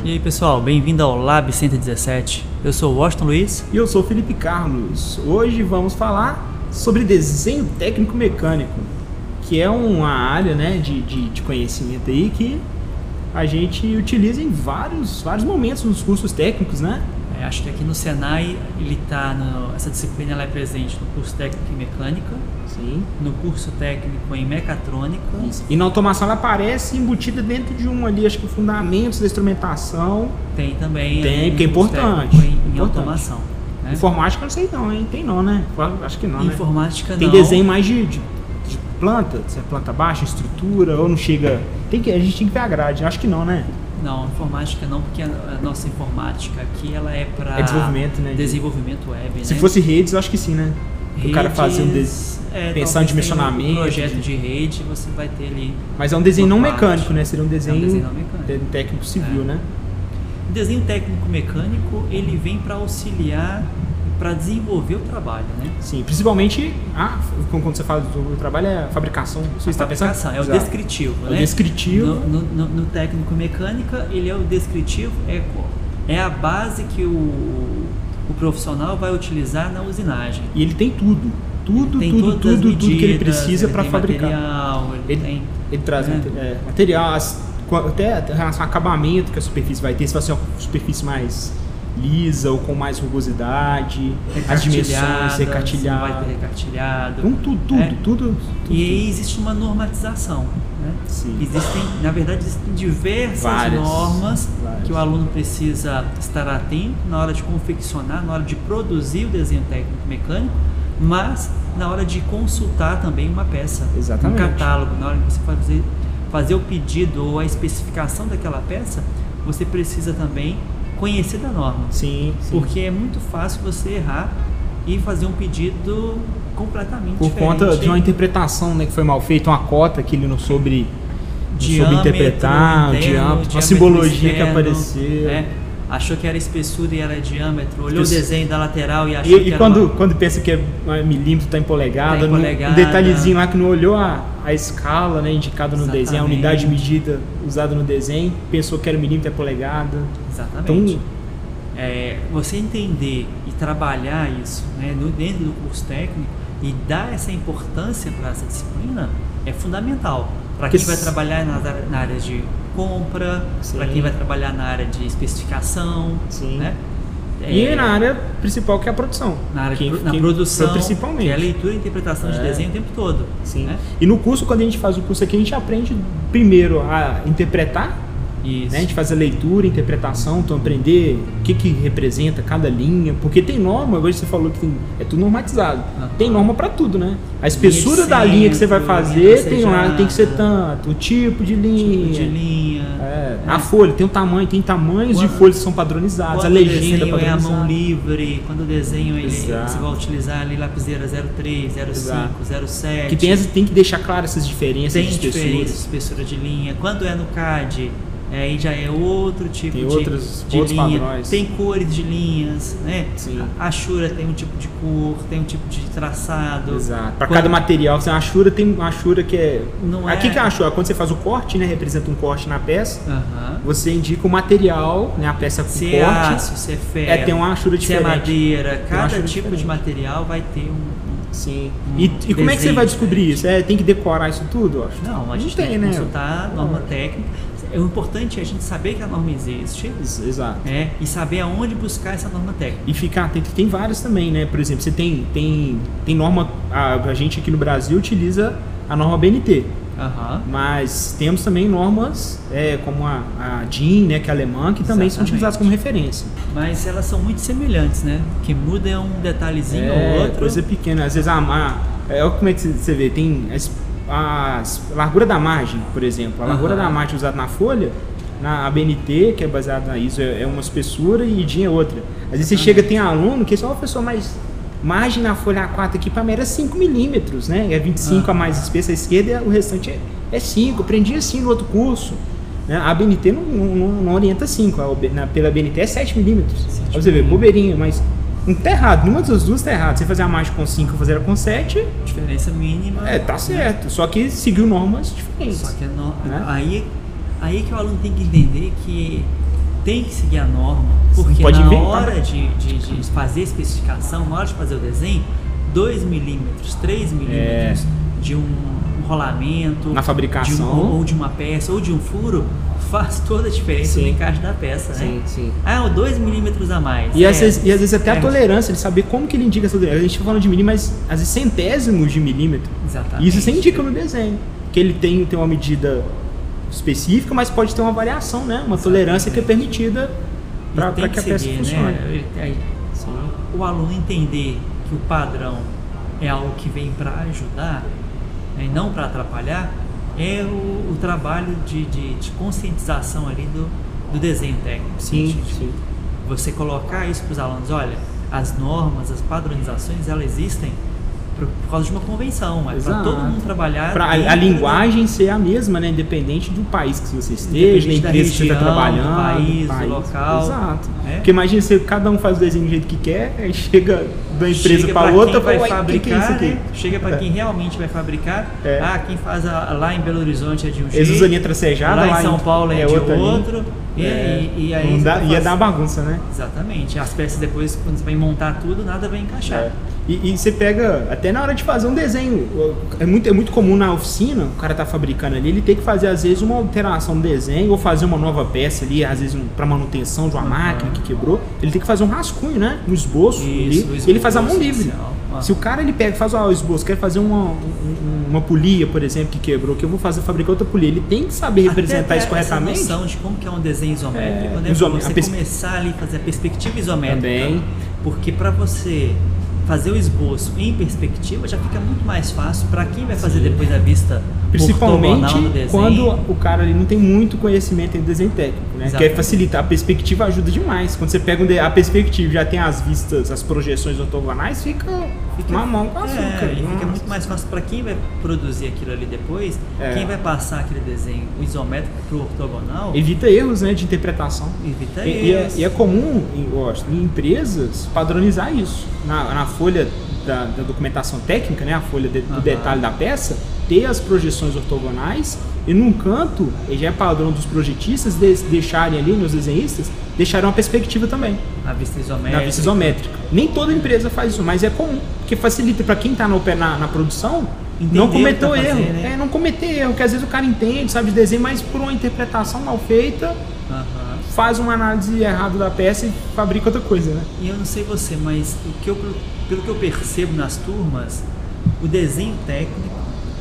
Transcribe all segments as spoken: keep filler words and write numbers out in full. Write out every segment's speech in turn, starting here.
E aí pessoal, bem-vindo ao Lab cento e dezessete. Eu sou o Washington Luiz. E eu sou o Felipe Carlos. Hoje vamos falar sobre desenho técnico mecânico, que é uma área, né, de, de, de conhecimento aí que a gente utiliza em vários, vários momentos nos cursos técnicos, né? É, acho que aqui no Senai ele tá no, essa disciplina ela é presente no curso técnico em mecânica, Sim. no curso técnico em mecatrônica. Isso. E na automação ela aparece embutida dentro de um ali, acho que fundamentos da instrumentação. Tem também. Tem, um porque é curso importante. técnico Em, em importante. automação. Né? Informática eu não sei não, hein? Tem não, né? Acho que não, né? Informática Tem não. desenho mais de, de, de planta, se é planta baixa, estrutura, ou não chega... Tem que, a gente tem que ver a grade, acho que não, né? Não, informática não, porque a, a nossa informática aqui ela é para É desenvolvimento, né? desenvolvimento web. Se né? fosse redes, eu acho que sim, né? Redes, o cara fazer um desenho, é, pensar em dimensionamento. Um projeto de rede, você vai ter ali. Mas é um desenho não parte. mecânico, né? Seria um desenho, É um desenho não mecânico. técnico civil, É. né? O desenho técnico mecânico ele vem para auxiliar, para desenvolver o trabalho, né? Sim, principalmente a, quando você fala do trabalho é a fabricação. Você está fabricação, pensando? é o Exato. descritivo, É né? o descritivo. No, no, no técnico mecânica, ele é o descritivo, é, é a base que o, o profissional vai utilizar na usinagem. E ele tem tudo. Tudo, Tem tudo, todas as tudo, tudo que ele medidas, precisa ele para tem fabricar. Material, ele, Ele, tem, ele traz né? mate- é, material, as- até em relação ao acabamento que a superfície vai ter, se vai ser uma superfície mais lisa ou com mais rugosidade, as dimensões, Vai recartilhado. ter recartilhado. Com tudo, tudo, né? tudo, tudo. E aí existe uma normatização, né? Sim. Existem, na verdade, existem diversas Várias, normas várias. que o aluno precisa estar atento na hora de confeccionar, na hora de produzir o desenho técnico mecânico, mas na hora de consultar também uma peça, Exatamente. um catálogo, na hora que você fazer, fazer o pedido ou a especificação daquela peça, você precisa também conhecer da norma. Sim, sim. Porque é muito fácil você errar e fazer um pedido completamente Por diferente. conta de uma interpretação, né, que foi mal feita, uma cota que ele não soube, não soube Diâmetro interpretar, o interno, diâmetro, uma diâmetro simbologia que externo, apareceu. né? Achou que era espessura e era diâmetro, olhou Isso. o desenho da lateral e achou E, que e era quando, uma... quando pensa que é milímetro, está em polegada, Tá em no- polegada. um detalhezinho lá que não olhou a, a escala, né, indicada no Exatamente. desenho, a unidade de medida usada no desenho, pensou que era milímetro, é polegada. Exatamente. Então, É, você entender e trabalhar isso, né, no, dentro do curso técnico e dar essa importância para essa disciplina é fundamental. Para quem Que vai s- trabalhar na, na área de compra, Sim. para quem vai trabalhar na área de especificação, Sim. né? E É, na área principal que é a produção. na, área de Que- pro- na que- produção, principalmente. que é a leitura e interpretação de É. desenho o tempo todo. Sim. Né? E no curso, quando a gente faz o curso aqui, a gente aprende primeiro a interpretar, Isso. né? A gente faz a leitura, interpretação, então aprender o que, que representa cada linha, porque tem norma, agora você falou que tem, é tudo normatizado. Aham. Tem norma para tudo, né? A espessura de da linha que você vai centro, fazer linha tem, lá, tem que ser tracejada, tanto, o tipo de linha. tipo de linha. É, né? a folha tem um tamanho, tem tamanhos de Quando- folhas que são padronizados, Quando a o legenda desenho é a padronizada. mão livre, quando o desenho ele, Exato. você vai utilizar ali lapiseira zero três, zero cinco, Exato. zero sete. Que tem, essa- tem que deixar claras essas diferenças tem de espessuras. diferença de espessura de linha. Quando é no C A D, é, aí já é outro tipo Tem de, outros- de outros linha. padrões. Tem cores de linhas, né? Sim. A Ashura tem um tipo de cor, tem um tipo de traçado. Exato. Para Quando- cada material, você tem uma Ashura, tem uma Ashura que é. Não Aqui é- que é a Ashura, quando você faz o corte, né? Representa um corte na peça. Aham. Você indica o material, né? A peça com Se é corte. aço, se é ferro, É, tem uma Ashura se é diferente. madeira, Tem uma cada Ashura tipo de diferente. material vai ter um... Sim. um E, e como é que você desenho vai descobrir diferente. isso? É, tem que decorar isso tudo, eu acho? Não, a gente tem, tem, que né? consultar a norma técnica. O importante é a gente saber que a norma existe, Ex- Exato. né, e saber aonde buscar essa norma técnica. E ficar atento, tem várias também, né? Por exemplo, você tem, tem, tem norma. A, a gente aqui no Brasil utiliza a norma B N T. Aham. Mas temos também normas é, como a, a D I N, né, que é alemã, que também são Exatamente. utilizadas como referência. Mas elas são muito semelhantes, né? Que muda é um detalhezinho É, ou outro. coisa pequena. Às vezes a, a é, olha como é que você vê, tem as, as- a largura da margem, por exemplo. A largura Aham. da margem usada na folha, na A B N T, que é baseada na I S O, é é uma espessura e D I N é outra. Às vezes você chega, tem aluno que é só uma pessoa mais... Margem na folha A quatro aqui para mim era cinco milímetros, né? É vinte e cinco Ah. a mais espessa à esquerda e o restante é, é cinco. Eu aprendi assim no outro curso. Né? A B N T não, não, não orienta cinco, a, B- na, pela B N T é sete milímetros. Aí você vê, bobeirinha, mas não tá errado. Nenhuma das duas tá errado. Você fazer a margem com cinco ou fazer ela com sete, Diferença mínima. é, tá certo. Só que seguiu normas diferentes. Só que é no- Né? aí, aí que o aluno tem que entender que tem que seguir a norma, porque pode na inventar, hora né? de, de, de fazer a especificação, na hora de fazer o desenho, dois milímetros, três milímetros de um rolamento, na fabricação, de um, ou de uma peça, ou de um furo, faz toda a diferença Sim. no encaixe da peça, sim, né? sim. Ah, dois milímetros a mais. E, é, às vezes, e às vezes até a é, tolerância, de saber como que ele indica essa tolerância. A gente tá falando de milímetro, mas às vezes centésimos de milímetro. Exatamente. E isso você indica no desenho. Que ele tem, tem uma medida específica, mas pode ter uma variação, né? Uma Exatamente. tolerância que é permitida para E tem que a peça seguir, funcione. né? Ele- aí, o aluno entender que o padrão é algo que vem para ajudar, né, e não para atrapalhar, é o, o trabalho de, de, de conscientização ali do, do desenho técnico. Sim, científico. sim. Você colocar isso para os alunos, olha, as normas, as padronizações, elas existem por, por causa de uma convenção, mas para Exato. todo mundo trabalhar. Pra a, a dentro linguagem ser a mesma, né? Independente do país que você esteja, Independente da da empresa que você está região, trabalhando, do país, do país. local, Exato. né? Porque imagina se cada um faz o desenho do jeito que quer, aí chega da empresa Chega para pra outra, quem vai fala, "Ué, fabricar, que que é isso aqui?" né? Chega para É. quem realmente vai fabricar. É. Ah, quem faz a, lá em Belo Horizonte é de um Eles jeito. usam linha tracejada, lá em São Paulo é, de outra linha. outro. E, É. e, e aí Não dá- você ia faz- dar bagunça, né? Exatamente. As peças depois, quando você vai montar tudo, nada vai encaixar. É. E, e você pega, até na hora de fazer um desenho, é muito, é muito comum na oficina, o cara tá fabricando ali, ele tem que fazer às vezes uma alteração no desenho, ou fazer uma nova peça ali, às vezes um, para manutenção de uma Uhum. máquina que quebrou, ele tem que fazer um rascunho, né? Um esboço Isso, ali, o esboço e ele faz a mão livre. inicial. Ah. Se o cara ele pega e faz ó, o esboço, quer fazer uma, um- uma polia, por exemplo, que quebrou, que eu vou fazer fabricar outra polia, ele tem que saber representar Até isso corretamente. Essa noção de como que é um desenho isométrico, É, né? isome- Pra você a pers- começar ali a fazer a perspectiva isométrica. Também. Porque para você fazer o esboço em perspectiva já fica muito mais fácil para quem vai fazer Sim. depois a vista Principalmente ortogonal do desenho. quando o cara ali não tem muito conhecimento em desenho técnico, né? Exatamente. Quer facilitar, a perspectiva ajuda demais. Quando você pega um de- a perspectiva e já tem as vistas, as projeções ortogonais, fica, Fica- uma mão com açúcar. É, e fica Nossa. muito mais fácil para quem vai produzir aquilo ali depois, É. quem vai passar aquele desenho o isométrico pro ortogonal, Evita erros, né, de interpretação. evita E, e é, isso. e é comum em, eu acho, em empresas padronizar isso. Na, na folha da, da documentação técnica, né, a folha de- do Aham. detalhe da peça, ter as projeções ortogonais e num canto, e já é padrão dos projetistas de, deixarem ali, nos desenhistas, deixarem uma perspectiva também. A vista isométrica. Na vista isométrica. Nem toda empresa faz isso, mas é comum. Porque facilita para quem está na, na, na produção Entender não o que cometer tá erro. fazendo, né? É, não cometer erro, porque às vezes o cara entende, sabe de desenho, mas por uma interpretação mal feita, Aham. faz uma análise errada da peça e fabrica outra coisa, né? E eu não sei você, mas o que eu, pelo que eu percebo nas turmas, o desenho técnico,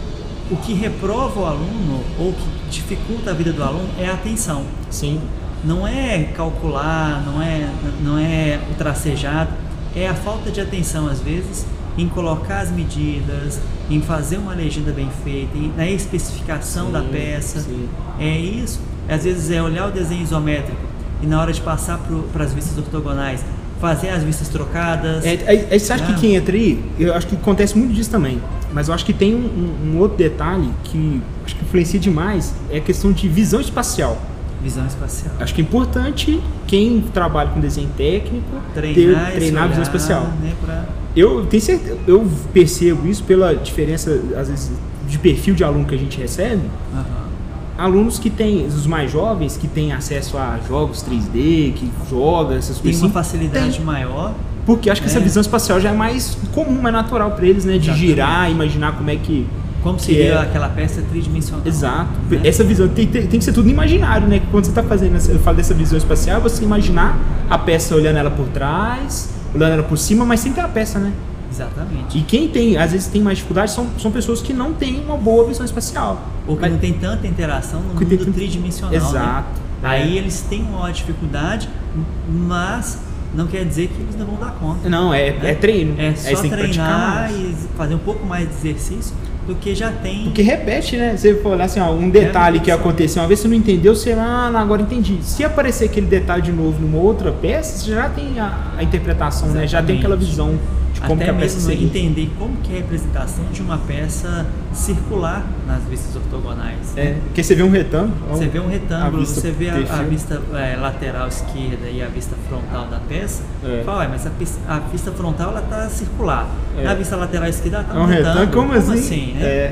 o que reprova o aluno ou que dificulta a vida do aluno é a atenção. Sim. Não é calcular, não é, não é o tracejado, é a falta de atenção às vezes em colocar as medidas, em fazer uma legenda bem feita, em- na especificação Sim, da peça. sim. É isso. Às vezes é olhar o desenho isométrico e na hora de passar para as vistas ortogonais, fazer as vistas trocadas. É, é, é, você acha Ah. que quem entra aí, eu acho que acontece muito disso também, mas eu acho que tem um, um- um outro detalhe que acho que influencia demais, é a questão de visão espacial. Visão espacial. Acho que é importante quem trabalha com desenho técnico Treinar, ter, esse treinar a visão olhar, espacial. Né, pra... Eu tenho certeza, eu percebo isso pela diferença, às vezes, de perfil de aluno que a gente recebe. Aham. Alunos que têm, os mais jovens, que têm acesso a jogos três D, que jogam essas Tem coisas uma assim, facilidade tem. maior. Porque acho que É. essa visão espacial já é mais comum, mais natural para eles, né? De Exatamente. girar, imaginar como é que... Como que seria é. aquela peça tridimensional. Exato. né? Essa visão tem, tem, tem que ser tudo imaginário, né? Quando você está fazendo, essa- eu falo dessa visão espacial, você imaginar a peça olhando ela por trás, olhando ela por cima, mas sem ter a peça, né? Exatamente. E quem tem, às vezes tem mais dificuldade, são, são pessoas que não têm uma boa visão espacial. Ou que Mas- não tem tanta interação no Que mundo tem- tridimensional. Exato. Né? Aí eles têm uma maior dificuldade, mas não quer dizer que eles não vão dar conta. Não, é, né? é treino. É Aí só você tem que praticar treinar mais. e fazer um pouco mais de exercício do que já tem. Porque repete, né? Você for olhar assim, ó, um detalhe que repetição. aconteceu uma vez, você não entendeu, você, ah, não, agora entendi. Se aparecer aquele detalhe de novo numa outra peça, você já tem a, a interpretação, né? Já tem Exatamente. aquela visão de como Até que a peça mesmo seria. entender como que é a representação de uma peça circular nas vistas ortogonais. É, porque você vê um retângulo. Você vê um a retângulo, vista você vê a, a perfil. vista é, lateral esquerda e a vista frontal da peça. É. Fala, ué, mas a, pis- a vista frontal ela está circular. É. Na vista lateral esquerda ela está É um retângulo, como assim? né? É.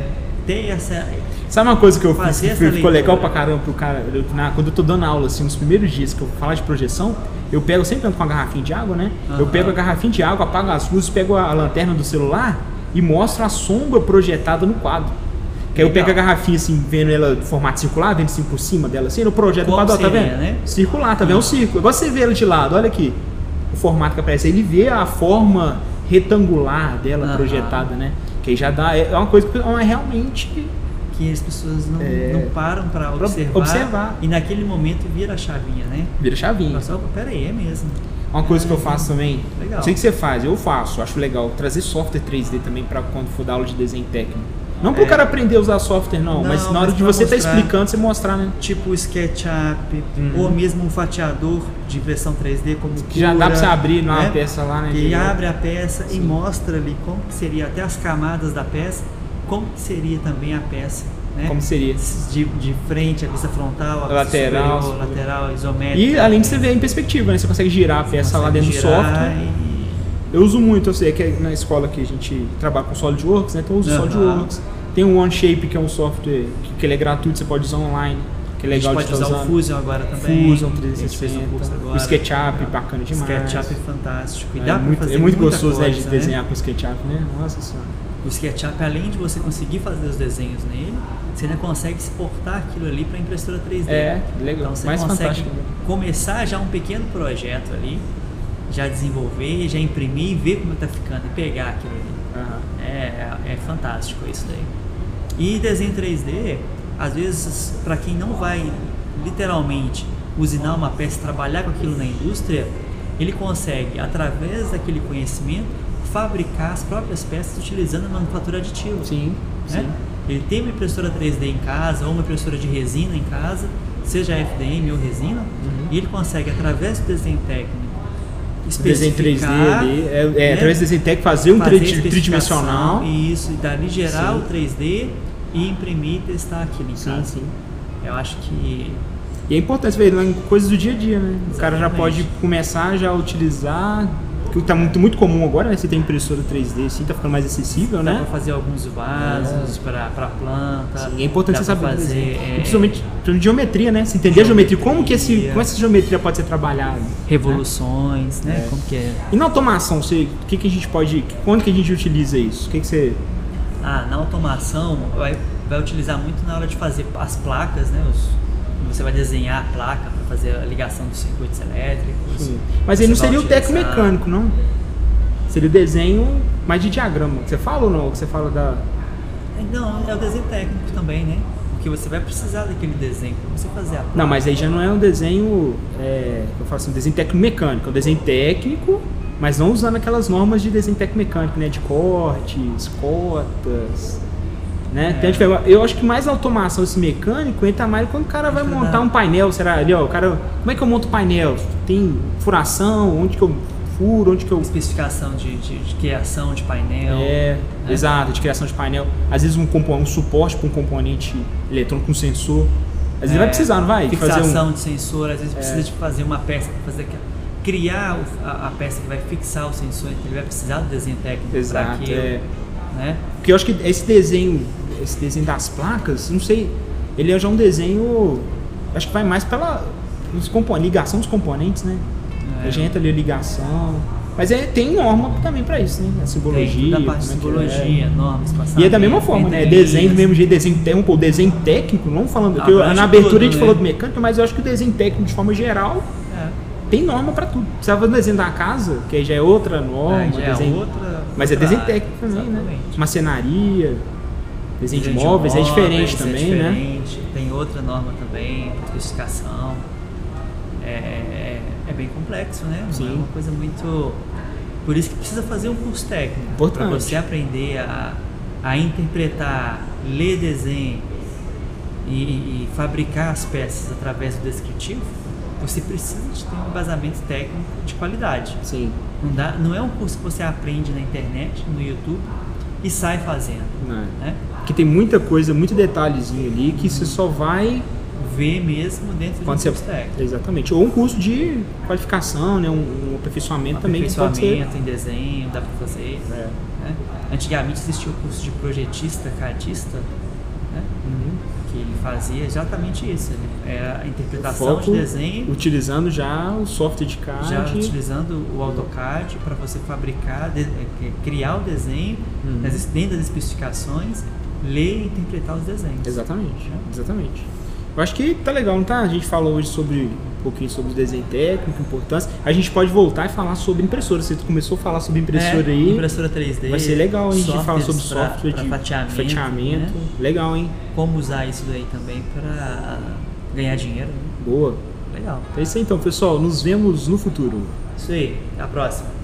ter essa... Sabe uma coisa que eu fiz que ficou leitura. legal pra caramba pro cara, eu, na, quando eu tô dando aula, assim, nos primeiros dias que eu falar de projeção, eu pego, sempre ando com a garrafinha de água, né? Uhum. Eu pego a garrafinha de água, apago as luzes, pego a, a lanterna do celular e mostro a sombra projetada no quadro. Que aí eu pego a garrafinha assim, vendo ela de formato circular, vendo assim por cima dela, assim, no projeto do quadro, ó, tá vendo? Né? Circular, tá vendo? É um círculo. Igual você vê ela de lado, olha aqui. O formato que aparece. Ele vê a forma retangular dela uhum. projetada, né? Que aí já dá. É uma coisa que é realmente. Que as pessoas não, é, não param para observar, observar. E naquele momento vira a chavinha, né? Vira a chavinha. Nossa, opa, pera aí, é mesmo. Uma coisa é, que eu faço também. Legal. Não sei o que você faz, eu faço, acho legal. Trazer software três D também para quando for dar aula de desenho técnico. Não para o é. cara aprender a usar software, não, não mas na hora mas de você estar tá explicando, você mostrar, né? Tipo o SketchUp, uhum. ou mesmo um fatiador de impressão três D, como que já dá para você abrir numa né? peça lá, né? Que abre a peça Sim. e mostra ali como que seria, até as camadas da peça, como que seria também a peça. Né? Como seria? De, de frente, a vista frontal, a lateral, superior, lateral, isométrica. E além de você ver em perspectiva, né? Você consegue girar a peça lá dentro do software. E... Eu uso muito, eu sei que na escola que a gente trabalha com SolidWorks, né? Então eu uso uhum. SolidWorks. Tem o OneShape, que é um software que, que ele é gratuito, você pode usar online, que é legal de estar usando. Pode usar o Fusion agora também. Fusion trezentos e sessenta. O SketchUp, bacana demais. SketchUp é fantástico. E é, dá muito, pra fazer é muito gostoso coisa, né, de né? desenhar com o SketchUp, né? Nossa senhora. O SketchUp, além de você conseguir fazer os desenhos nele, você ainda consegue exportar aquilo ali para impressora três D. É, legal. Então você Mais consegue fantástico. começar já um pequeno projeto ali, já desenvolver, já imprimir e ver como está ficando e pegar aquilo ali. Uhum. É, é fantástico isso daí. E desenho três D, às vezes, para quem não vai literalmente usinar uma peça, trabalhar com aquilo na indústria, ele consegue, através daquele conhecimento, fabricar as próprias peças utilizando a manufatura aditiva. Sim, né? sim. Ele tem uma impressora três D em casa ou uma impressora de resina em casa, seja F D M ou resina, uhum. e ele consegue, através do desenho técnico, desenho três D ali, é, é né? através do desenho técnico, fazer um fazer tridimensional. Isso, e dali gerar sim. o três D e imprimir e testar aquilo em sim, casa. Sim. Eu acho que... E é importante ver em coisas do dia a dia, né? Exatamente. O cara já pode começar já a utilizar, que está muito, muito comum agora, né? Você tem impressora três D, assim, tá ficando mais acessível, dá né? Dá para fazer alguns vasos é. para planta. Sim, é importante você saber fazer. É... Principalmente geometria, né? Você entender geometria. a geometria, como que esse, como essa geometria pode ser trabalhada. Revoluções, né? né? É. Como que é? E na automação, você, o que, que a gente pode, quando que a gente utiliza isso? O que, que você... Ah, na automação vai, vai utilizar muito na hora de fazer as placas, né? Os, você vai desenhar a placa para fazer a ligação dos circuitos elétricos. Sim. Mas aí não seria utilizar... o técnico mecânico, não? Seria o desenho mais de diagrama. Você fala ou não? Você fala da... Não, é o desenho técnico também, né? Porque você vai precisar daquele desenho para você fazer a placa. Não, mas aí já não é um desenho, é, eu falo assim, um desenho técnico mecânico. É um desenho técnico, mas não usando aquelas normas de desenho técnico mecânico, né? De cortes, cotas... Né? É. Então, eu acho que mais automação esse mecânico entra mais quando o cara vai montar um painel, será ali, ó, o cara, como é que eu monto o painel? Tem furação, onde que eu furo, onde que eu... Especificação de, de, de criação de painel. É, né? Exato, de criação de painel. Às vezes um, um suporte para um componente eletrônico com sensor. Às vezes é, vai precisar, não vai? Fixação de, fazer um... de sensor, às vezes é. precisa de fazer uma peça para fazer aquela... Criar o, a, a peça que vai fixar o sensor, então ele vai precisar do desenho técnico para aquilo. É. Né? Porque eu acho que esse desenho, esse desenho das placas, não sei, ele é já um desenho, acho que vai mais pela ligação dos componentes, né? É. A gente entra ali a ligação, mas é, tem norma também para isso, né? A simbologia, tem, da parte de simbologia, é. norma, espaçamento. E é da mesma forma, né? Desenho do mesmo jeito, desenho técnico, desenho técnico, não falando, porque eu, na abertura tudo, a gente né? falou do mecânico, mas eu acho que o desenho técnico de forma geral é. tem norma para tudo. Você vai fazer desenho da casa, que aí já é outra norma, é, já desenho, é outra, mas outra é desenho técnico também, exatamente. né? Macenaria, desenho, desenho de, móveis, de móveis, é diferente é também, diferente. né? Tem outra norma também, especificação. É, é, é bem complexo, né? Sim. É uma coisa muito... Por isso que precisa fazer um curso técnico. Para você aprender a, a interpretar, ler desenho e, e fabricar as peças através do descritivo. Você precisa de ter um embasamento técnico de qualidade. Sim. Não, dá, não é um curso que você aprende na internet, no YouTube e sai fazendo. Não. Né? Porque tem muita coisa, muito detalhezinho ali que você só vai ver mesmo dentro de um curso técnico. Exatamente. Ou um curso de qualificação, né? um, um aperfeiçoamento um também. Aperfeiçoamento pode ser... em desenho, dá para fazer. É. Né? Antigamente existia o curso de projetista, cadista, fazia exatamente isso. Ele era a interpretação Foco, de desenho, utilizando já o software de C A D. já utilizando o AutoCAD para você fabricar, de, criar o desenho, Uhum. dentro das especificações, ler e interpretar os desenhos. Exatamente, exatamente. Eu acho que tá legal, não tá? A gente falou hoje sobre um pouquinho sobre o desenho técnico, importância. A gente pode voltar e falar sobre impressora. Você começou a falar sobre impressora é, aí. Impressora três D. Vai ser legal a gente falar sobre pra, software pra de fatiamento. fatiamento. Né? Legal, hein? Como usar isso daí também para ganhar dinheiro. Né? Boa. Legal. É isso aí então, pessoal. Nos vemos no futuro. Isso aí. Até a próxima.